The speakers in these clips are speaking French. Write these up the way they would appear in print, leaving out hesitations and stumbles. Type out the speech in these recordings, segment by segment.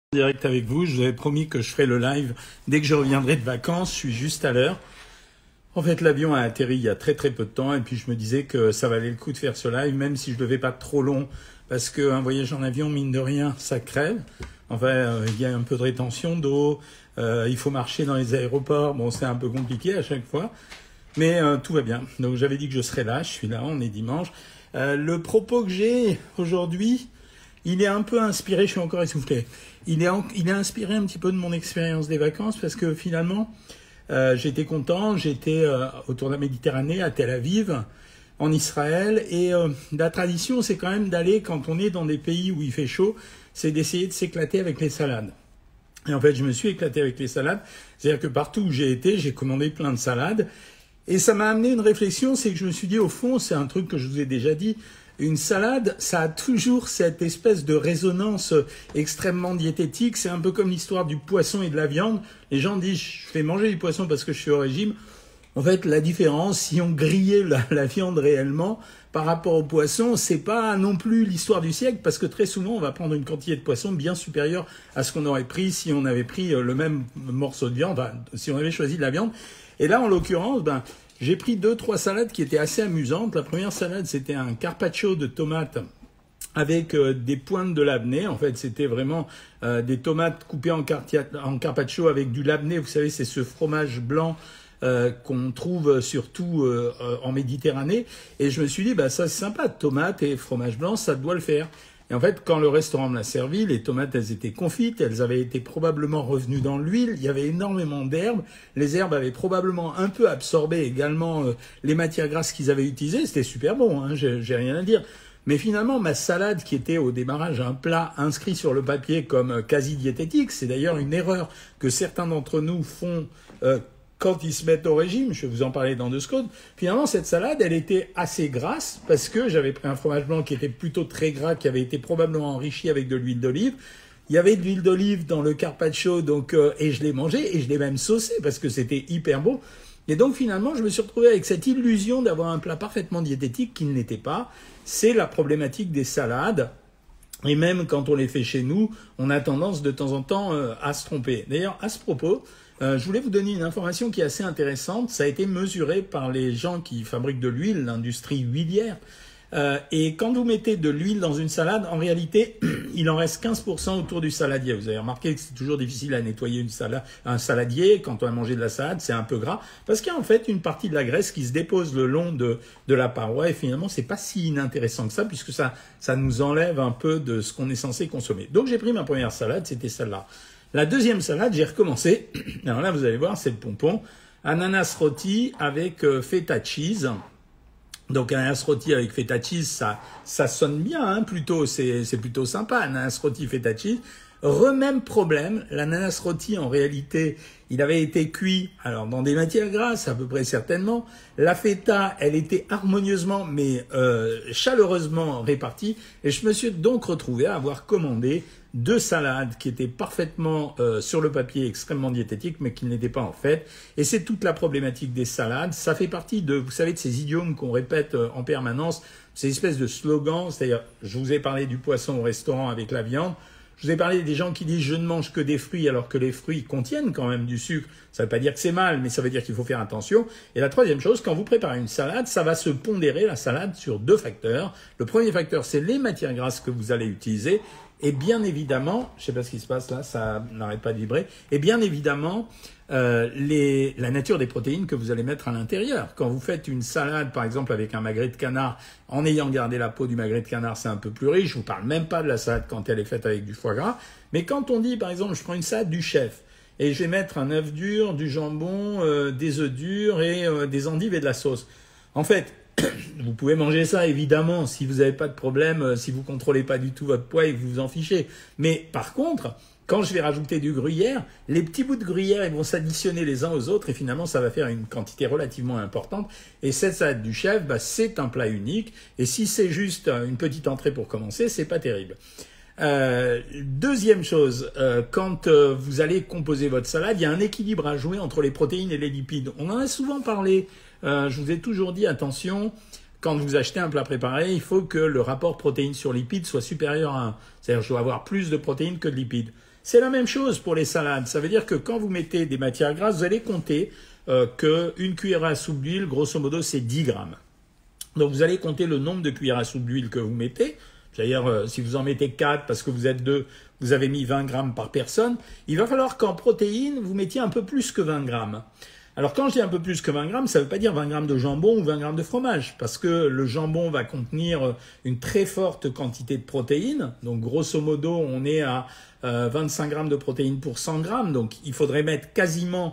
Direct avec vous, je vous avais promis que je ferais le live dès que je reviendrai de vacances, je suis juste à l'heure. En fait, l'avion a atterri il y a très peu de temps et puis je me disais que ça valait le coup de faire ce live, même si je devais pas trop long, parce qu'un voyage en avion, mine de rien, ça crève. Enfin, il y a un peu de rétention d'eau, il faut marcher dans les aéroports, bon, c'est un peu compliqué à chaque fois, mais tout va bien. Donc j'avais dit que je serais là, je suis là, on est dimanche. Le propos que j'ai aujourd'hui, il est un peu inspiré, je suis encore essoufflé, il est inspiré un petit peu de mon expérience des vacances parce que finalement, j'étais content, j'étais autour de la Méditerranée, à Tel Aviv, en Israël, et la tradition, c'est quand même d'aller, quand on est dans des pays où il fait chaud, c'est d'essayer de s'éclater avec les salades. Et en fait, je me suis éclaté avec les salades, c'est-à-dire que partout où j'ai été, j'ai commandé plein de salades, et ça m'a amené une réflexion, c'est que je me suis dit, au fond, c'est un truc que je vous ai déjà dit, une salade, ça a toujours cette espèce de résonance extrêmement diététique. C'est un peu comme l'histoire du poisson et de la viande. Les gens disent, je fais manger du poisson parce que je suis au régime. En fait, la différence, si on grillait la viande réellement par rapport au poisson, c'est pas non plus l'histoire du siècle, parce que très souvent, on va prendre une quantité de poisson bien supérieure à ce qu'on aurait pris si on avait pris le même morceau de viande, enfin, si on avait choisi de la viande. Et là, en l'occurrence, j'ai pris 2-3 salades qui étaient assez amusantes. La première salade, c'était un carpaccio de tomates avec des pointes de labné. En fait, c'était vraiment des tomates coupées en carpaccio avec du labné. Vous savez, c'est ce fromage blanc qu'on trouve surtout en Méditerranée. Et je me suis dit, ça c'est sympa, tomates et fromage blanc, ça doit le faire. Et en fait, quand le restaurant me l'a servi, les tomates, elles étaient confites, elles avaient été probablement revenues dans l'huile, il y avait énormément d'herbes, les herbes avaient probablement un peu absorbé également les matières grasses qu'ils avaient utilisées, c'était super bon, hein, j'ai rien à dire. Mais finalement, ma salade, qui était au démarrage un plat inscrit sur le papier comme quasi diététique, c'est d'ailleurs une erreur que certains d'entre nous font quand ils se mettent au régime, je vais vous en parler dans 2 secondes, finalement, cette salade, elle était assez grasse parce que j'avais pris un fromage blanc qui était plutôt très gras, qui avait été probablement enrichi avec de l'huile d'olive. Il y avait de l'huile d'olive dans le carpaccio, donc, et je l'ai mangé et je l'ai même saucé parce que c'était hyper bon. Et donc, finalement, je me suis retrouvé avec cette illusion d'avoir un plat parfaitement diététique qui ne l'était pas. C'est la problématique des salades. Et même quand on les fait chez nous, on a tendance de temps en temps à se tromper. D'ailleurs, à ce propos, je voulais vous donner une information qui est assez intéressante. Ça a été mesuré par les gens qui fabriquent de l'huile, l'industrie huilière. Et quand vous mettez de l'huile dans une salade, en réalité, il en reste 15% autour du saladier. Vous avez remarqué que c'est toujours difficile à nettoyer un saladier. Quand on a mangé de la salade, c'est un peu gras. Parce qu'il y a en fait une partie de la graisse qui se dépose le long de la paroi. Et finalement, c'est pas si inintéressant que ça, puisque ça nous enlève un peu de ce qu'on est censé consommer. Donc j'ai pris ma première salade, c'était celle-là. La deuxième salade, j'ai recommencé. Alors là, vous allez voir, c'est le pompon. Ananas rôti avec feta cheese. Donc ananas rôti avec feta cheese, ça sonne bien, hein, plutôt, c'est plutôt sympa. Ananas rôti, feta cheese. Même problème, l'ananas rôti, en réalité, il avait été cuit, alors dans des matières grasses, à peu près certainement. La feta, elle était harmonieusement, mais chaleureusement répartie. Et je me suis donc retrouvé à avoir commandé 2 salades qui étaient parfaitement sur le papier extrêmement diététiques, mais qui ne l'étaient pas en fait. Et c'est toute la problématique des salades. Ça fait partie vous savez, de ces idiomes qu'on répète en permanence, ces espèces de slogans. C'est-à-dire, je vous ai parlé du poisson au restaurant avec la viande. Je vous ai parlé des gens qui disent « je ne mange que des fruits » alors que les fruits contiennent quand même du sucre. Ça ne veut pas dire que c'est mal, mais ça veut dire qu'il faut faire attention. Et la troisième chose, quand vous préparez une salade, ça va se pondérer la salade sur 2 facteurs. Le premier facteur, c'est les matières grasses que vous allez utiliser. Et bien évidemment, je ne sais pas ce qui se passe là, ça n'arrête pas de vibrer. Et bien évidemment, la nature des protéines que vous allez mettre à l'intérieur. Quand vous faites une salade, par exemple, avec un magret de canard, en ayant gardé la peau du magret de canard, c'est un peu plus riche. Je vous parle même pas de la salade quand elle est faite avec du foie gras. Mais quand on dit, par exemple, je prends une salade du chef et je vais mettre un œuf dur, du jambon, des œufs durs et des endives et de la sauce. En fait, vous pouvez manger ça, évidemment, si vous n'avez pas de problème, si vous contrôlez pas du tout votre poids et que vous vous en fichez. Mais par contre, quand je vais rajouter du gruyère, les petits bouts de gruyère ils vont s'additionner les uns aux autres et finalement, ça va faire une quantité relativement importante. Et cette salade du chef, c'est un plat unique. Et si c'est juste une petite entrée pour commencer, c'est pas terrible. Deuxième chose, quand vous allez composer votre salade, il y a un équilibre à jouer entre les protéines et les lipides. On en a souvent parlé. Je vous ai toujours dit, attention, quand vous achetez un plat préparé, il faut que le rapport protéines sur lipides soit supérieur à 1. C'est-à-dire, je dois avoir plus de protéines que de lipides. C'est la même chose pour les salades. Ça veut dire que quand vous mettez des matières grasses, vous allez compter qu'une cuillère à soupe d'huile, grosso modo, c'est 10 grammes. Donc vous allez compter le nombre de cuillères à soupe d'huile que vous mettez. C'est-à-dire, si vous en mettez 4 parce que vous êtes 2, vous avez mis 20 grammes par personne. Il va falloir qu'en protéines, vous mettiez un peu plus que 20 grammes. Alors quand je dis un peu plus que 20 grammes, ça ne veut pas dire 20 grammes de jambon ou 20 grammes de fromage, parce que le jambon va contenir une très forte quantité de protéines. Donc grosso modo, on est à 25 grammes de protéines pour 100 grammes. Donc il faudrait mettre quasiment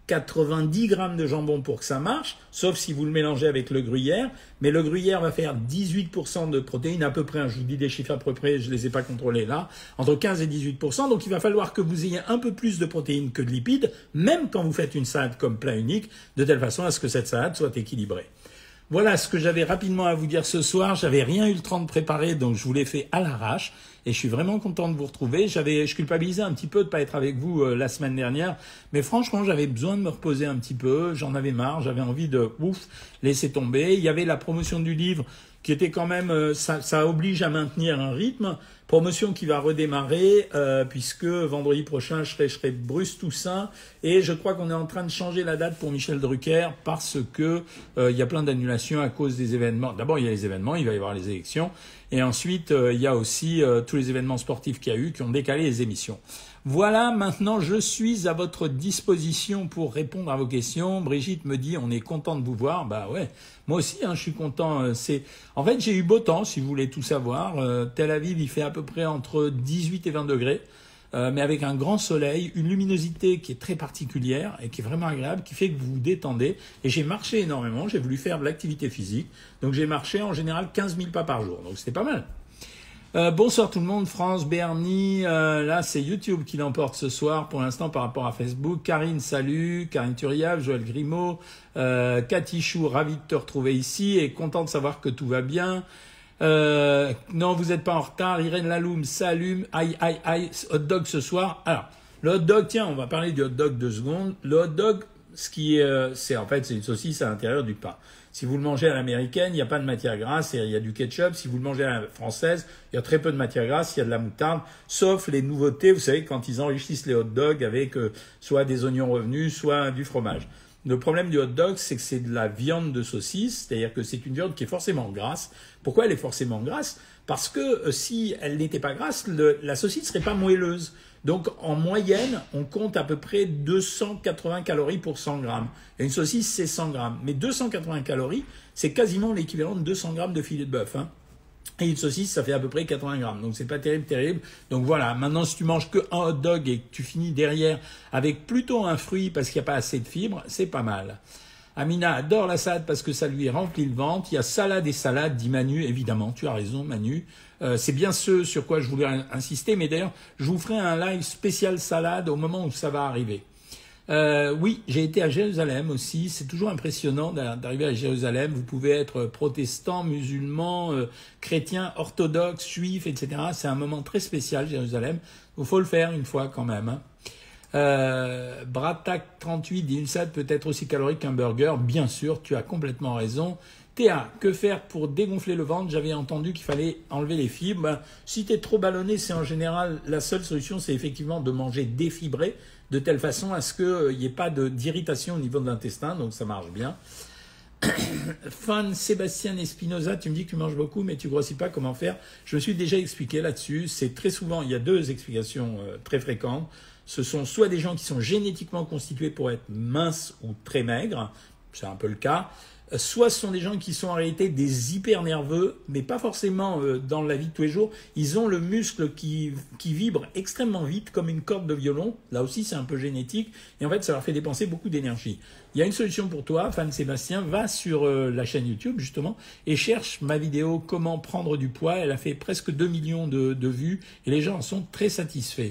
90 grammes de jambon pour que ça marche, sauf si vous le mélangez avec le gruyère. Mais le gruyère va faire 18% de protéines à peu près. Je vous dis des chiffres à peu près, je les ai pas contrôlés là. Entre 15 et 18%. Donc il va falloir que vous ayez un peu plus de protéines que de lipides, même quand vous faites une salade comme plat unique, de telle façon à ce que cette salade soit équilibrée. Voilà ce que j'avais rapidement à vous dire ce soir. J'avais rien eu le temps de préparer, donc je vous l'ai fait à l'arrache. Et je suis vraiment content de vous retrouver. Je culpabilisais un petit peu de pas être avec vous la semaine dernière. Mais franchement, j'avais besoin de me reposer un petit peu. J'en avais marre. J'avais envie de, laisser tomber. Il y avait la promotion du livre qui était quand même, ça oblige à maintenir un rythme. Promotion qui va redémarrer, puisque vendredi prochain, je serai Bruce Toussaint. Et je crois qu'on est en train de changer la date pour Michel Drucker parce que il y a plein d'annulations à cause des événements. D'abord, il y a les événements, il va y avoir les élections. Et ensuite, il y a aussi tous les événements sportifs qu'il y a eu qui ont décalé les émissions. Voilà, maintenant je suis à votre disposition pour répondre à vos questions. Brigitte me dit, on est content de vous voir. Bah ouais, moi aussi, je suis content. En fait, j'ai eu beau temps, si vous voulez tout savoir. Tel Aviv, il fait à peu près entre 18 et 20 degrés. Mais avec un grand soleil, une luminosité qui est très particulière et qui est vraiment agréable, qui fait que vous vous détendez. Et j'ai marché énormément, j'ai voulu faire de l'activité physique. Donc j'ai marché en général 15 000 pas par jour, donc c'était pas mal. Bonsoir tout le monde, France, Bernie, là c'est YouTube qui l'emporte ce soir pour l'instant par rapport à Facebook. Karine, salut, Karine Turiav, Joël Grimaud, Cathy Chou, ravi de te retrouver ici et content de savoir que tout va bien. Non, vous n'êtes pas en retard. Irène Laloum, salut. Aïe, aïe, aïe, hot dog ce soir. Alors, le hot dog, tiens, on va parler du hot dog 2 secondes. Le hot dog, c'est en fait, c'est une saucisse à l'intérieur du pain. Si vous le mangez à l'américaine, il n'y a pas de matière grasse et il y a du ketchup. Si vous le mangez à la française, il y a très peu de matière grasse, il y a de la moutarde, sauf les nouveautés, vous savez, quand ils enrichissent les hot dogs avec soit des oignons revenus, soit du fromage. Le problème du hot dog, c'est que c'est de la viande de saucisse, c'est-à-dire que c'est une viande qui est forcément grasse. Pourquoi elle est forcément grasse? Parce que si elle n'était pas grasse, la saucisse ne serait pas moelleuse. Donc en moyenne, on compte à peu près 280 calories pour 100 grammes. Et une saucisse, c'est 100 grammes. Mais 280 calories, c'est quasiment l'équivalent de 200 grammes de filet de bœuf. Et une saucisse, ça fait à peu près 80 grammes. Donc c'est pas terrible. Donc voilà, maintenant si tu manges que un hot dog et que tu finis derrière avec plutôt un fruit parce qu'il n'y a pas assez de fibres, c'est pas mal. Amina adore la salade parce que ça lui remplit le ventre. Il y a salade et salade, dit Manu. Évidemment, tu as raison Manu. C'est bien ce sur quoi je voulais insister. Mais d'ailleurs, je vous ferai un live spécial salade au moment où ça va arriver. Oui, j'ai été à Jérusalem aussi. C'est toujours impressionnant d'arriver à Jérusalem. Vous pouvez être protestant, musulman, chrétien, orthodoxe, juif, etc. C'est un moment très spécial, Jérusalem. Il faut le faire une fois quand même. Bratak 38 dit une salade peut être aussi calorique qu'un burger. Bien sûr, tu as complètement raison. Théa, que faire pour dégonfler le ventre? J'avais entendu qu'il fallait enlever les fibres. Si tu es trop ballonné, c'est en général la seule solution, c'est effectivement de manger défibré de telle façon à ce qu'il n'y ait pas d'irritation au niveau de l'intestin, donc ça marche bien. Fan Sébastien Espinoza, tu me dis que tu manges beaucoup mais tu grossis pas, comment faire? Je me suis déjà expliqué là-dessus. C'est très souvent, il y a deux explications très fréquentes. Ce sont soit des gens qui sont génétiquement constitués pour être minces ou très maigres, c'est un peu le cas, soit ce sont des gens qui sont en réalité des hyper nerveux, mais pas forcément dans la vie de tous les jours. Ils ont le muscle qui vibre extrêmement vite comme une corde de violon. Là aussi, c'est un peu génétique. Et en fait, ça leur fait dépenser beaucoup d'énergie. Il y a une solution pour toi, fan Sébastien. Va sur la chaîne YouTube, justement, et cherche ma vidéo « Comment prendre du poids ». Elle a fait presque 2 millions de vues et les gens en sont très satisfaits.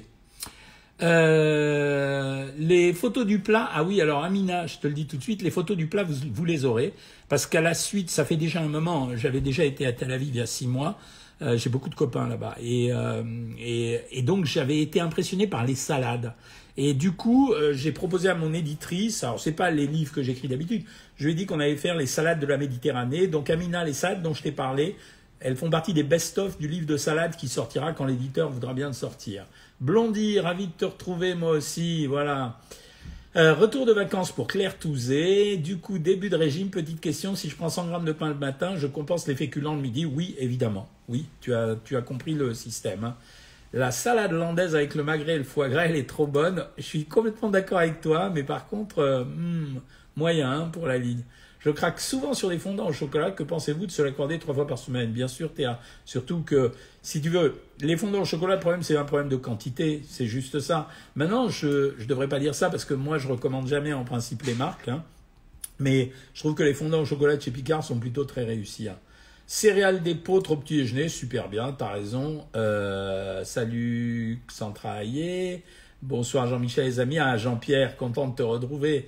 Les photos du plat, ah oui, alors Amina, je te le dis tout de suite, les photos du plat, vous les aurez, parce qu'à la suite, ça fait déjà un moment, j'avais déjà été à Tel Aviv il y a 6 mois, j'ai beaucoup de copains là-bas, et donc j'avais été impressionné par les salades. Et du coup, j'ai proposé à mon éditrice, alors c'est pas les livres que j'écris d'habitude, je lui ai dit qu'on allait faire les salades de la Méditerranée, donc Amina, les salades dont je t'ai parlé, elles font partie des best-of du livre de salade qui sortira quand l'éditeur voudra bien le sortir. Blondie, ravi de te retrouver moi aussi, voilà. Retour de vacances pour Claire Touzé. Du coup, début de régime, petite question, si je prends 100 grammes de pain le matin, je compense les féculents le midi? Oui, évidemment. Oui, tu as compris le système. Hein. La salade landaise avec le magret et le foie gras, elle est trop bonne. Je suis complètement d'accord avec toi, mais par contre, moyen hein, pour la ligne. Je craque souvent sur les fondants au chocolat. Que pensez-vous de se l'accorder 3 fois par semaine? Bien sûr, Théa. Surtout que, si tu veux, les fondants au chocolat, le problème, c'est un problème de quantité. C'est juste ça. Maintenant, je devrais pas dire ça parce que moi, je recommande jamais en principe les marques. Hein. Mais je trouve que les fondants au chocolat de chez Picard sont plutôt très réussis. Hein. Céréales d'épeautre au petit déjeuner, super bien, t'as raison. Salut Xantra Ayer. Bonsoir Jean-Michel les amis. Ah, Jean-Pierre, content de te retrouver.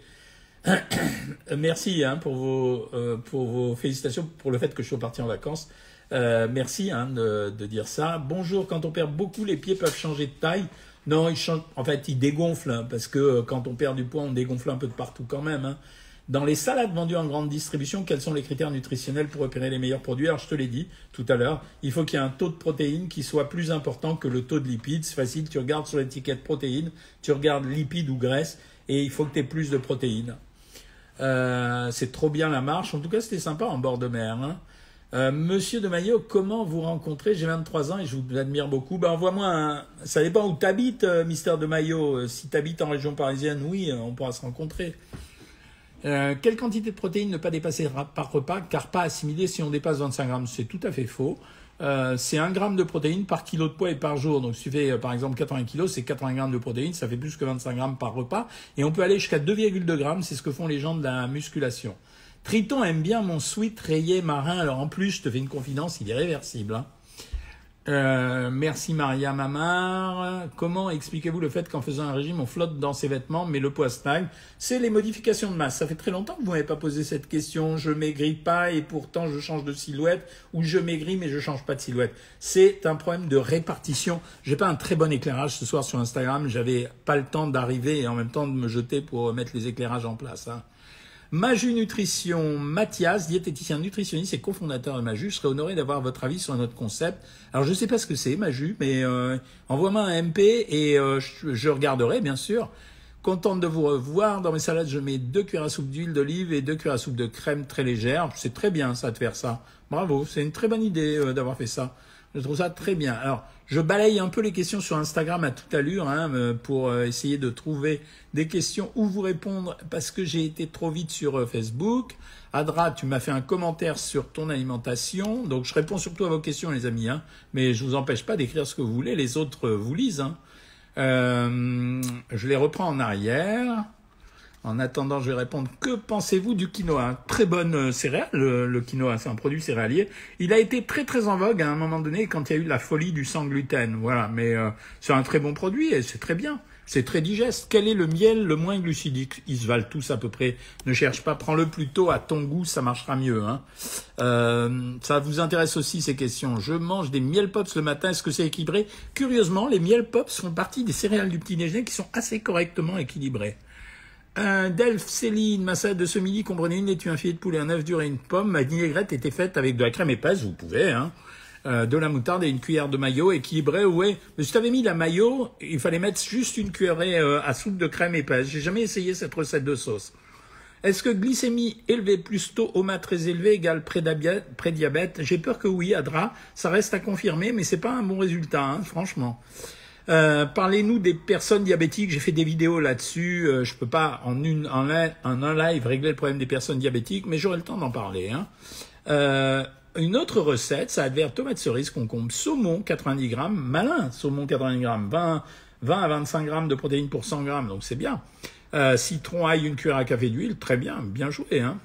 Merci hein, pour vos félicitations pour le fait que je sois parti en vacances. Merci hein, de dire ça. Bonjour, quand on perd beaucoup, les pieds peuvent changer de taille. Non, ils changent. En fait, ils dégonflent hein, parce que quand on perd du poids, on dégonfle un peu de partout quand même. Hein. Dans les salades vendues en grande distribution, quels sont les critères nutritionnels pour repérer les meilleurs produits? Alors, je te l'ai dit tout à l'heure, il faut qu'il y ait un taux de protéines qui soit plus important que le taux de lipides. C'est facile, tu regardes sur l'étiquette protéines, tu regardes lipides ou graisses, et il faut que tu aies plus de protéines. C'est trop bien la marche. En tout cas, c'était sympa en bord de mer. Hein. Monsieur de Maillot, comment vous rencontrez? J'ai 23 ans et je vous admire beaucoup. Ben, envoie-moi un... Ça dépend où tu habites, Mister de Maillot. Si tu habites en région parisienne, oui, on pourra se rencontrer. Quelle quantité de protéines ne pas dépasser par repas, car pas assimilé si on dépasse 25 grammes? C'est tout à fait faux. C'est 1 gramme de protéines par kilo de poids et par jour. Donc si tu fais par exemple 80 kilos, c'est 80 grammes de protéines, ça fait plus que 25 grammes par repas. Et on peut aller jusqu'à 2,2 grammes, c'est ce que font les gens de la musculation. Triton aime bien mon sweat rayé marin. Alors en plus, je te fais une confidence, il est réversible. Hein. Merci Maria Mamar. Comment expliquez-vous le fait qu'en faisant un régime, on flotte dans ses vêtements, mais le poids stagne? C'est les modifications de masse. Ça fait très longtemps que vous m'avez pas posé cette question. Je maigris pas et pourtant je change de silhouette, ou je maigris mais je change pas de silhouette. C'est un problème de répartition. J'ai pas un très bon éclairage ce soir sur Instagram. J'avais pas le temps d'arriver et en même temps de me jeter pour mettre les éclairages en place. Hein. Maju Nutrition, Mathias, diététicien nutritionniste et cofondateur de Maju. Je serais honoré d'avoir votre avis sur notre concept. Alors, je ne sais pas ce que c'est, Maju, mais envoie-moi un MP et je regarderai, bien sûr. Contente de vous revoir. Dans mes salades, je mets 2 cuillères à soupe d'huile d'olive et 2 cuillères à soupe de crème très légère. C'est très bien, ça, de faire ça. Bravo, c'est une très bonne idée d'avoir fait ça. Je trouve ça très bien. Alors, je balaye un peu les questions sur Instagram à toute allure hein, pour essayer de trouver des questions où vous répondre parce que j'ai été trop vite sur Facebook. Adra, tu m'as fait un commentaire sur ton alimentation. Donc, je réponds surtout à vos questions, les amis. Hein, mais je vous empêche pas d'écrire ce que vous voulez. Les autres vous lisent. Hein. Je les reprends en arrière. En attendant, je vais répondre. Que pensez-vous du quinoa? Très bonne céréale, le quinoa, c'est un produit céréalier. Il a été très très en vogue à un moment donné quand il y a eu la folie du sans gluten. Voilà, mais c'est un très bon produit et c'est très bien. C'est très digeste. Quel est le miel le moins glucidique? Ils se valent tous à peu près. Ne cherche pas, prends-le plutôt à ton goût, ça marchera mieux. Hein. Ça vous intéresse aussi ces questions. Je mange des miel pops le matin, est-ce que c'est équilibré? Curieusement, les miel pops font partie des céréales du petit déjeuner qui sont assez correctement équilibrées. Delph Céline, ma salade de ce midi comprenait une laitue, un filet de poulet, un œuf dur et une pomme. Ma vinaigrette était faite avec de la crème épaisse, vous pouvez, hein. De la moutarde et une cuillère de mayo équilibrée, ouais. Mais si tu avais mis la mayo, il fallait mettre juste une cuillerée à soupe de crème épaisse. J'ai jamais essayé cette recette de sauce. Est-ce que glycémie élevée plus taux OMA très élevé égale prédiabète? J'ai peur que oui, Adra. Ça reste à confirmer, mais c'est pas un bon résultat, hein, franchement. Parlez-nous des personnes diabétiques. J'ai fait des vidéos là-dessus. Je peux pas en un live régler le problème des personnes diabétiques, mais j'aurai le temps d'en parler. Hein. Une autre recette, ça advers tomate cerise, concombre, saumon 90 grammes, malin, saumon 90 grammes, 20 à 25 grammes de protéines pour 100 grammes, donc c'est bien. Citron, ail, une cuillère à café d'huile, très bien, bien joué. Hein.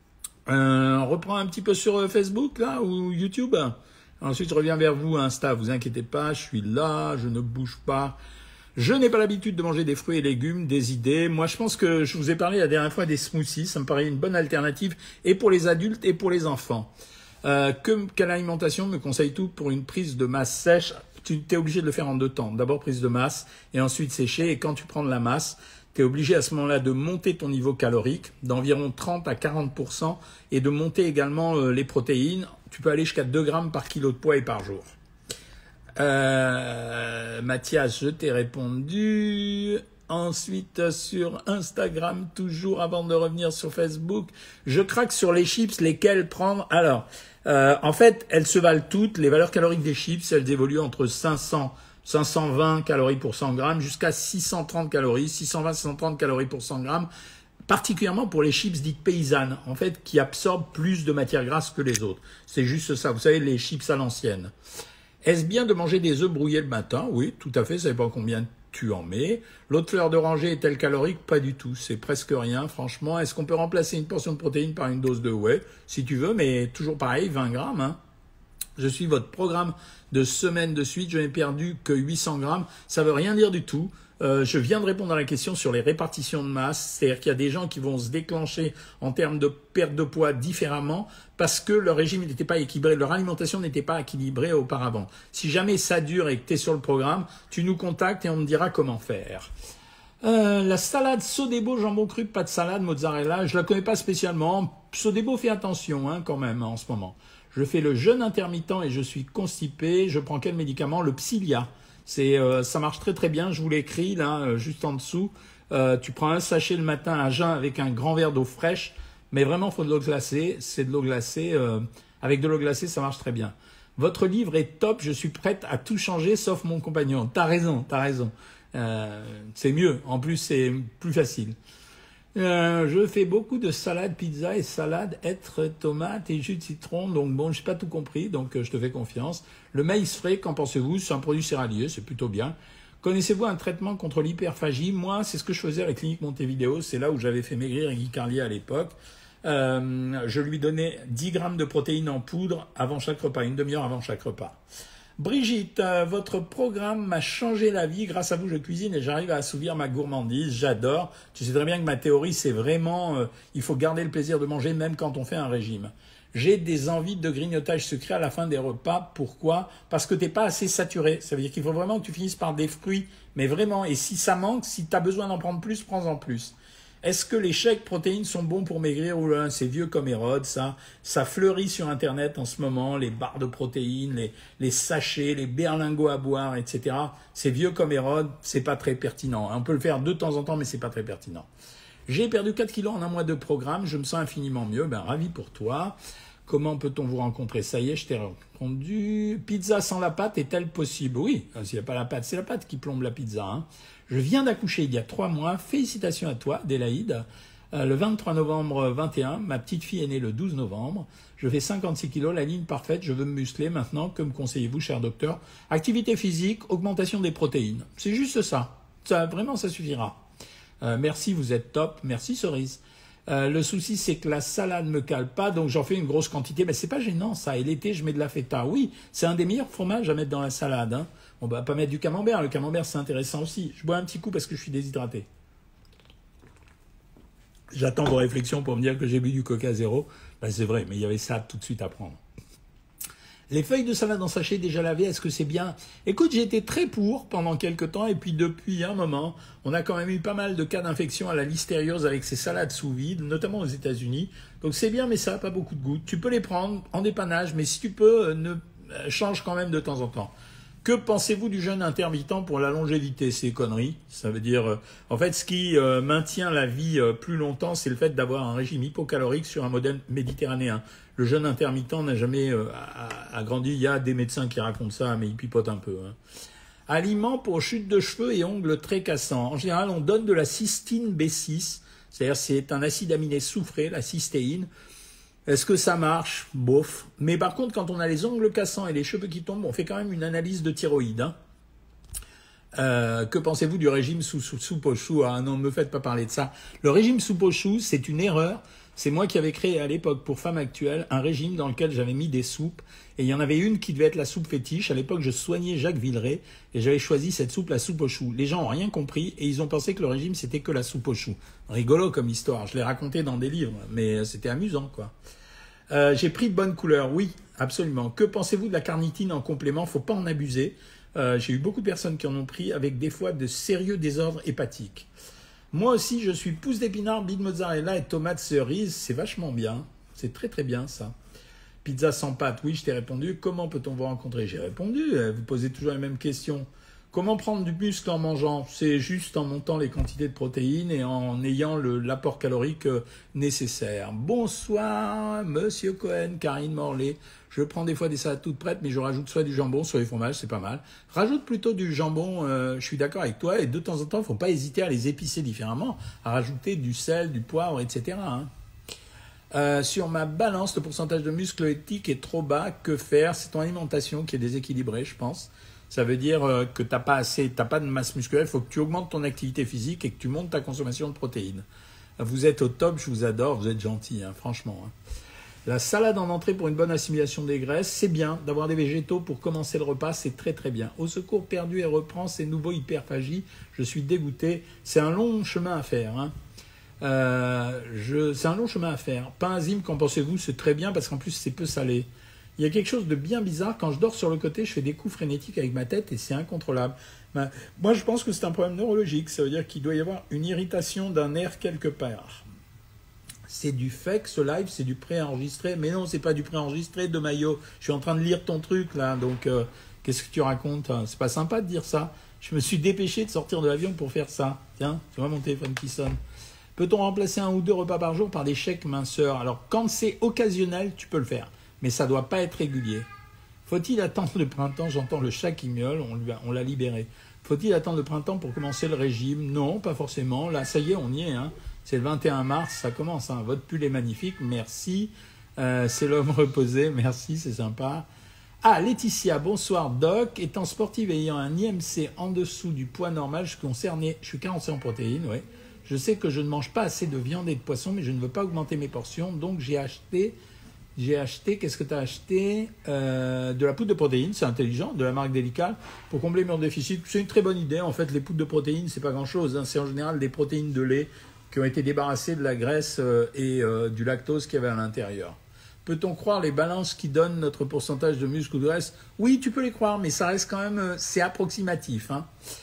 On reprend un petit peu sur Facebook là ou YouTube. Ensuite, je reviens vers vous, Insta, vous inquiétez pas, je suis là, je ne bouge pas. Je n'ai pas l'habitude de manger des fruits et légumes, des idées. Moi, je pense que je vous ai parlé la dernière fois des smoothies, ça me paraît une bonne alternative, et pour les adultes et pour les enfants. Quelle alimentation me conseille-t-on pour une prise de masse sèche? Tu es obligé de le faire en 2 temps. D'abord prise de masse, et ensuite sécher, et quand tu prends de la masse, tu es obligé à ce moment-là de monter ton niveau calorique d'environ 30 à 40% et de monter également les protéines. Tu peux aller jusqu'à 2 grammes par kilo de poids et par jour. Mathias, je t'ai répondu. Ensuite, sur Instagram, toujours avant de revenir sur Facebook, je craque sur les chips, lesquels prendre. Alors, en fait, elles se valent toutes. Les valeurs caloriques des chips, elles évoluent entre 520 calories pour 100 grammes jusqu'à 630 calories, 620-630 calories pour 100 grammes, particulièrement pour les chips dites paysannes, en fait, qui absorbent plus de matière grasse que les autres. C'est juste ça. Vous savez, les chips à l'ancienne. Est-ce bien de manger des œufs brouillés le matin? Oui, tout à fait, ça dépend combien tu en mets. L'autre fleur d'oranger est-elle calorique? Pas du tout, c'est presque rien, franchement. Est-ce qu'on peut remplacer une portion de protéines par une dose de whey? Si tu veux, mais toujours pareil, 20 grammes. Hein. Je suis votre programme de semaine de suite, je n'ai perdu que 800 grammes. Ça veut rien dire du tout. Je viens de répondre à la question sur les répartitions de masse. C'est-à-dire qu'il y a des gens qui vont se déclencher en termes de perte de poids différemment parce que leur régime n'était pas équilibré, leur alimentation n'était pas équilibrée auparavant. Si jamais ça dure et que tu es sur le programme, tu nous contactes et on te dira comment faire. La salade Sodebo, jambon cru, pas de salade, mozzarella, je la connais pas spécialement. Sodebo, fais attention quand même en ce moment. Je fais le jeûne intermittent et je suis constipé. Je prends quel médicament? Le Psyllia. Ça marche très très bien. Je vous l'écris là, juste en dessous. Tu prends un sachet le matin à jeun avec un grand verre d'eau fraîche. Mais vraiment, faut de l'eau glacée. C'est de l'eau glacée. Avec de l'eau glacée, ça marche très bien. Votre livre est top. Je suis prête à tout changer sauf mon compagnon. T'as raison, t'as raison. C'est mieux. En plus, c'est plus facile. Je fais beaucoup de salade, pizza et salade, hêtre, tomates et jus de citron. Donc bon, j'ai pas tout compris, donc je te fais confiance. Le maïs frais, qu'en pensez-vous? C'est un produit céréalier, c'est plutôt bien. Connaissez-vous un traitement contre l'hyperphagie? Moi, c'est ce que je faisais à la clinique Montevideo. C'est là où j'avais fait maigrir Guy Carlier à l'époque. Je lui donnais 10 grammes de protéines en poudre avant chaque repas, une demi-heure avant chaque repas. Brigitte, votre programme m'a changé la vie. Grâce à vous, je cuisine et j'arrive à assouvir ma gourmandise. J'adore. Tu sais très bien que ma théorie, c'est vraiment, il faut garder le plaisir de manger même quand on fait un régime. J'ai des envies de grignotage sucré à la fin des repas. Pourquoi? Parce que t'es pas assez saturé. Ça veut dire qu'il faut vraiment que tu finisses par des fruits. Mais vraiment, et si ça manque, si tu as besoin d'en prendre plus, prends-en plus. Est-ce que les shakes protéines sont bons pour maigrir? Ou là, c'est vieux comme Hérode, ça. Ça fleurit sur Internet en ce moment, les barres de protéines, les sachets, les berlingots à boire, etc. C'est vieux comme Hérode, c'est pas très pertinent. On peut le faire de temps en temps, mais c'est pas très pertinent. J'ai perdu 4 kilos en un mois de programme, je me sens infiniment mieux. Ben, ravi pour toi. Comment peut-on vous rencontrer? Ça y est, je t'ai répondu. Pizza sans la pâte est-elle possible? Oui, s'il n'y a pas la pâte, c'est la pâte qui plombe la pizza. Hein. Je viens d'accoucher il y a 3 mois. Félicitations à toi, Délaïde. Le 23 novembre 21, ma petite fille est née le 12 novembre. Je fais 56 kilos, la ligne parfaite. Je veux me muscler maintenant. Que me conseillez-vous, cher docteur? Activité physique, augmentation des protéines. C'est juste ça. Vraiment, ça suffira. Merci, vous êtes top. Merci, Cerise. Le souci, c'est que la salade me cale pas, donc j'en fais une grosse quantité. Mais c'est pas gênant, ça. Et l'été, je mets de la feta. Oui, c'est un des meilleurs fromages à mettre dans la salade. Hein. On va pas mettre du camembert. Le camembert, c'est intéressant aussi. Je bois un petit coup parce que je suis déshydraté. J'attends vos réflexions pour me dire que j'ai bu du Coca zéro. Ben, c'est vrai, mais il y avait ça tout de suite à prendre. Les feuilles de salade en sachet déjà lavées, est-ce que c'est bien? Écoute, j'ai été très pour pendant quelques temps et puis depuis un moment, on a quand même eu pas mal de cas d'infection à la listériose avec ces salades sous vide, notamment aux États-Unis. Donc c'est bien, mais ça n'a pas beaucoup de goût. Tu peux les prendre en dépannage, mais si tu peux, change quand même de temps en temps. Que pensez-vous du jeûne intermittent pour la longévité? C'est conneries. Ça veut dire, en fait, ce qui maintient la vie plus longtemps, c'est le fait d'avoir un régime hypocalorique sur un modèle méditerranéen. Le jeûne intermittent n'a jamais agrandi. Il y a des médecins qui racontent ça, mais ils pipotent un peu. Hein. Aliments pour chute de cheveux et ongles très cassants. En général, on donne de la cystine B6, c'est-à-dire c'est un acide aminé soufré, la cystéine. Est-ce que ça marche? Bof. Mais par contre, quand on a les ongles cassants et les cheveux qui tombent, on fait quand même une analyse de thyroïde. Hein. Que pensez-vous du régime soupe aux choux? Ah non, ne me faites pas parler de ça. Le régime soupe aux choux, c'est une erreur. C'est moi qui avais créé à l'époque pour Femme Actuelle un régime dans lequel j'avais mis des soupes. Et il y en avait une qui devait être la soupe fétiche. À l'époque, je soignais Jacques Villeray et j'avais choisi cette soupe, la soupe aux choux. Les gens n'ont rien compris et ils ont pensé que le régime, c'était que la soupe aux choux. Rigolo comme histoire. Je l'ai raconté dans des livres, mais c'était amusant, quoi. J'ai pris de bonnes couleurs, oui, absolument. Que pensez-vous de la carnitine en complément? Faut pas en abuser. J'ai eu beaucoup de personnes qui en ont pris avec des fois de sérieux désordres hépatiques. Moi aussi, je suis pousse d'épinards, bide mozzarella et tomates cerises. C'est vachement bien. C'est très très bien ça. Pizza sans pâte, oui, je t'ai répondu. Comment peut-on vous rencontrer? J'ai répondu. Vous posez toujours les mêmes questions. Comment prendre du muscle en mangeant? C'est juste en montant les quantités de protéines et en ayant l'apport calorique nécessaire. Bonsoir, Monsieur Cohen, Karine Morlaix. Je prends des fois des salades toutes prêtes, mais je rajoute soit du jambon, soit du fromage, c'est pas mal. Rajoute plutôt du jambon, je suis d'accord avec toi, et de temps en temps, il ne faut pas hésiter à les épicer différemment, à rajouter du sel, du poivre, etc. Sur ma balance, le pourcentage de muscle éthique est trop bas. Que faire? C'est ton alimentation qui est déséquilibrée, je pense. Ça veut dire que t'as pas de masse musculaire. Il faut que tu augmentes ton activité physique et que tu montes ta consommation de protéines. Vous êtes au top, je vous adore, vous êtes gentil, franchement. La salade en entrée pour une bonne assimilation des graisses, c'est bien. D'avoir des végétaux pour commencer le repas, c'est très très bien. Au secours, perdu et reprend ces nouveaux hyperphagie. Je suis dégoûté. C'est un long chemin à faire. C'est un long chemin à faire. Pain azime, qu'en pensez-vous? C'est très bien parce qu'en plus c'est peu salé. Il y a quelque chose de bien bizarre. Quand je dors sur le côté, je fais des coups frénétiques avec ma tête et c'est incontrôlable. Moi, je pense que c'est un problème neurologique. Ça veut dire qu'il doit y avoir une irritation d'un nerf quelque part. C'est du fake, ce live, c'est du préenregistré. Mais non, c'est pas du préenregistré, de Maillot. Je suis en train de lire ton truc, là. Donc, qu'est-ce que tu racontes? C'est pas sympa de dire ça. Je me suis dépêché de sortir de l'avion pour faire ça. Tiens, tu vois mon téléphone qui sonne. Peut-on remplacer 1 ou 2 repas par jour par des chèques minceurs? Alors, quand c'est occasionnel, tu peux le faire. Mais ça ne doit pas être régulier. Faut-il attendre le printemps? J'entends le chat qui miaule, on l'a libéré. Faut-il attendre le printemps pour commencer le régime? Non, pas forcément. Là, ça y est, on y est. C'est le 21 mars, ça commence. Votre pull est magnifique, merci. C'est l'homme reposé, merci, c'est sympa. Ah, Laetitia, bonsoir Doc. Étant sportive et ayant un IMC en dessous du poids normal, je suis carencé en protéines, ouais. Je sais que je ne mange pas assez de viande et de poisson, mais je ne veux pas augmenter mes portions, donc j'ai acheté, qu'est-ce que tu as acheté? De la poudre de protéines, c'est intelligent, de la marque Delical, pour combler mon déficit. C'est une très bonne idée, en fait, les poudres de protéines, c'est pas grand-chose, c'est en général des protéines de lait qui ont été débarrassées de la graisse et du lactose qu'il y avait à l'intérieur. Peut-on croire les balances qui donnent notre pourcentage de muscle ou de graisse? Oui, tu peux les croire, mais ça reste quand même, c'est approximatif.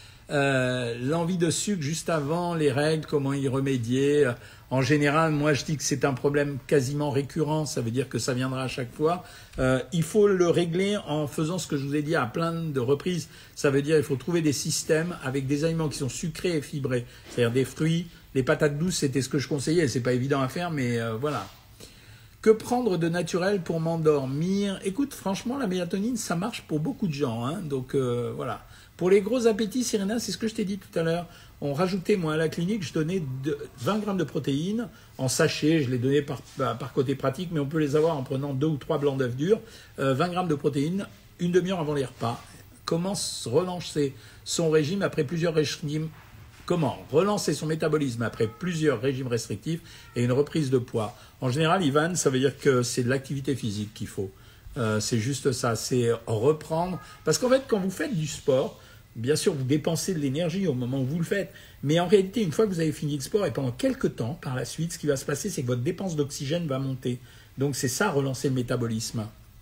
L'envie de sucre juste avant les règles, comment y remédier? En général, moi je dis que c'est un problème quasiment récurrent, ça veut dire que ça viendra à chaque fois. Il faut le régler en faisant ce que je vous ai dit à plein de reprises. Ça veut dire qu'il faut trouver des systèmes avec des aliments qui sont sucrés et fibrés, c'est-à-dire des fruits. Les patates douces, c'était ce que je conseillais, c'est pas évident à faire, mais voilà. Que prendre de naturel pour m'endormir? Écoute, franchement, la mélatonine, ça marche pour beaucoup de gens, donc voilà. Pour les gros appétits, Serena, c'est ce que je t'ai dit tout à l'heure. On rajoutait, moi, à la clinique, je donnais 20 grammes de protéines en sachet. Je les donnais par côté pratique, mais on peut les avoir en prenant 2 ou 3 blancs d'œufs durs. 20 grammes de protéines, une demi-heure avant les repas. Comment relancer son régime après plusieurs régimes? Comment relancer son métabolisme après plusieurs régimes restrictifs et une reprise de poids? En général, Ivan, ça veut dire que c'est de l'activité physique qu'il faut. C'est juste ça, c'est reprendre. Parce qu'en fait, quand vous faites du sport, bien sûr, vous dépensez de l'énergie au moment où vous le faites. Mais en réalité, une fois que vous avez fini le sport et pendant quelques temps, par la suite, ce qui va se passer, c'est que votre dépense d'oxygène va monter. Donc c'est ça, relancer le métabolisme.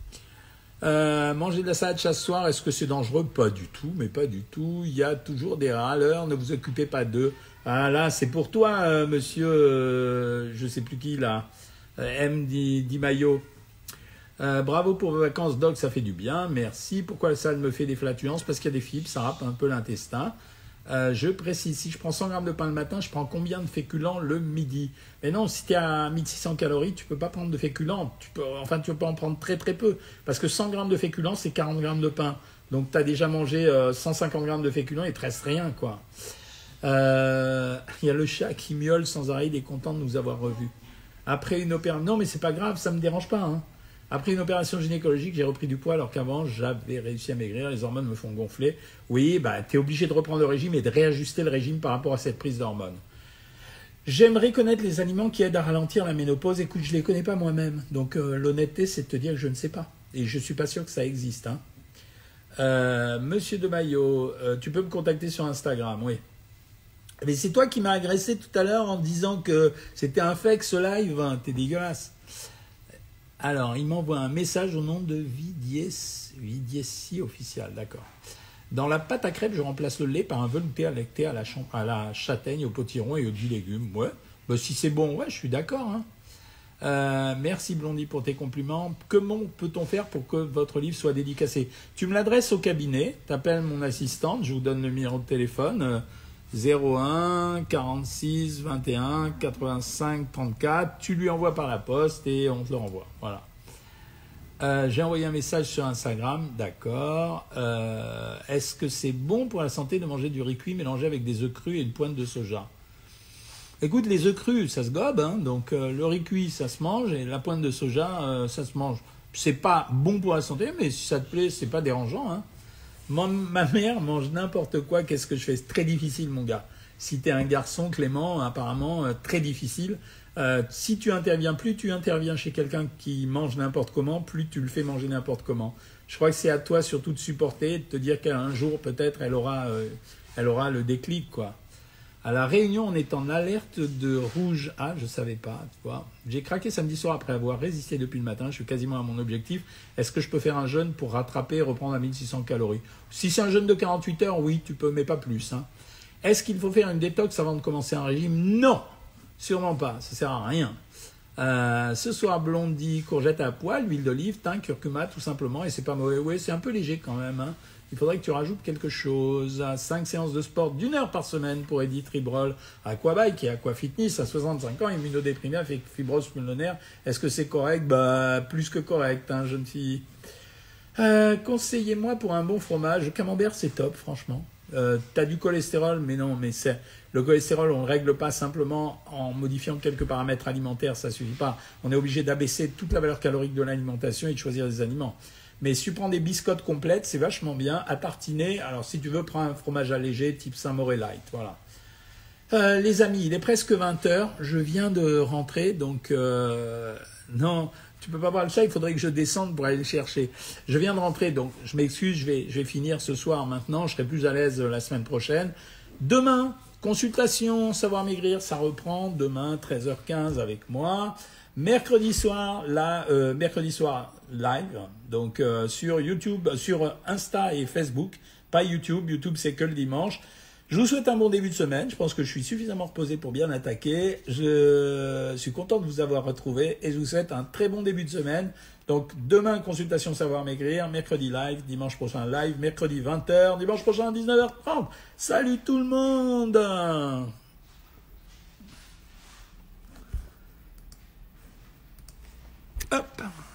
Manger de la salade chaque soir, est-ce que c'est dangereux? Pas du tout, mais pas du tout. Il y a toujours des râleurs, ne vous occupez pas d'eux. Ah là, c'est pour toi, monsieur, je sais plus qui là, M. Di Maio. Bravo pour vos vacances, Doc, ça fait du bien, merci. Pourquoi la salade me fait des flatulences? Parce qu'il y a des fibres, ça râpe un peu l'intestin. Je précise, si je prends 100 grammes de pain le matin, je prends combien de féculents le midi? Mais non, si tu es à 1600 calories, tu peux pas prendre de féculents. Tu peux en prendre très très peu. Parce que 100 grammes de féculents, c'est 40 grammes de pain. Donc tu as déjà mangé 150 grammes de féculents, il te reste rien, quoi. Il y a le chat qui miaule sans arrêt, il est content de nous avoir revus. Après une opération... Non, mais c'est pas grave, ça me dérange pas, Après une opération gynécologique, j'ai repris du poids alors qu'avant, j'avais réussi à maigrir, les hormones me font gonfler. Oui, tu es obligé de reprendre le régime et de réajuster le régime par rapport à cette prise d'hormones. J'aimerais connaître les aliments qui aident à ralentir la ménopause. Écoute, je ne les connais pas moi-même. Donc l'honnêteté, c'est de te dire que je ne sais pas. Et je ne suis pas sûr que ça existe. Monsieur de Maillot, tu peux me contacter sur Instagram, oui. Mais c'est toi qui m'as agressé tout à l'heure en disant que c'était un fake ce live. T'es dégueulasse. Alors, il m'envoie un message au nom de Vidiesi officiel, d'accord. Dans la pâte à crêpes, je remplace le lait par un velouté à lacté à la châtaigne, au potiron et aux 10 légumes. Ouais, si c'est bon, ouais, je suis d'accord. Merci Blondie pour tes compliments. Comment peut-on faire pour que votre livre soit dédicacé? Tu me l'adresses au cabinet, t'appelles mon assistante, je vous donne le numéro de téléphone, 01 46 21 85 34. Tu lui envoies par la poste et on te le renvoie. Voilà. J'ai envoyé un message sur Instagram, d'accord. Est-ce que c'est bon pour la santé de manger du riz cuit mélangé avec des œufs crus et une pointe de soja? Écoute, les œufs crus, ça se gobe, hein, donc le riz cuit, ça se mange, et la pointe de soja, ça se mange. C'est pas bon pour la santé, mais si ça te plaît, c'est pas dérangeant. Hein. Ma mère mange n'importe quoi, qu'est-ce que je fais? C'est très difficile, mon gars. Si t'es un garçon, Clément, apparemment, très difficile. Si tu interviens, plus tu interviens chez quelqu'un qui mange n'importe comment, plus tu le fais manger n'importe comment. Je crois que c'est à toi surtout de supporter, de te dire qu'un jour, peut-être, elle aura le déclic, quoi. À la Réunion, on est en alerte de rouge. Ah, je savais pas, tu vois. J'ai craqué samedi soir après avoir résisté depuis le matin. Je suis quasiment à mon objectif. Est-ce que je peux faire un jeûne pour rattraper et reprendre à 1600 calories? Si c'est un jeûne de 48 heures, oui, tu peux, mais pas plus. Hein. Est-ce qu'il faut faire une détox avant de commencer un régime? Non, sûrement pas. Ça sert à rien. Ce soir, blondie, courgette à poil, huile d'olive, thym, curcuma, tout simplement. Et c'est pas mauvais. Oui, c'est un peu léger quand même. Hein. Il faudrait que tu rajoutes quelque chose. 5 séances de sport d'1 heure par semaine pour Edith Ribrol. Aquabike et Aquafitness à 65 ans, immunodéprimée avec fibrose pulmonaire. Est-ce que c'est correct? Bah, plus que correct, hein, jeune fille. Conseillez-moi pour un bon fromage. Le camembert, c'est top, franchement. T'as du cholestérol, mais non, mais c'est le cholestérol, on ne règle pas simplement en modifiant quelques paramètres alimentaires, ça suffit pas. On est obligé d'abaisser toute la valeur calorique de l'alimentation et de choisir des aliments. Mais si tu prends des biscottes complètes, c'est vachement bien à tartiner. Alors si tu veux, prends un fromage allégé type Saint-Mauré Light, voilà. Les amis, il est presque 20h, je viens de rentrer, donc non, tu peux pas boire le chat, il faudrait que je descende pour aller le chercher. Je viens de rentrer, donc je m'excuse, je vais finir ce soir maintenant, je serai plus à l'aise la semaine prochaine. Demain, consultation, savoir maigrir, ça reprend, demain 13h15 avec moi. Mercredi soir, live, donc sur YouTube, sur Insta et Facebook, pas YouTube, YouTube c'est que le dimanche. Je vous souhaite un bon début de semaine, je pense que je suis suffisamment reposé pour bien attaquer. Je suis content de vous avoir retrouvé et je vous souhaite un très bon début de semaine. Donc demain, consultation savoir maigrir, mercredi live, dimanche prochain live, mercredi 20h, dimanche prochain 19h30. Salut tout le monde! Hop!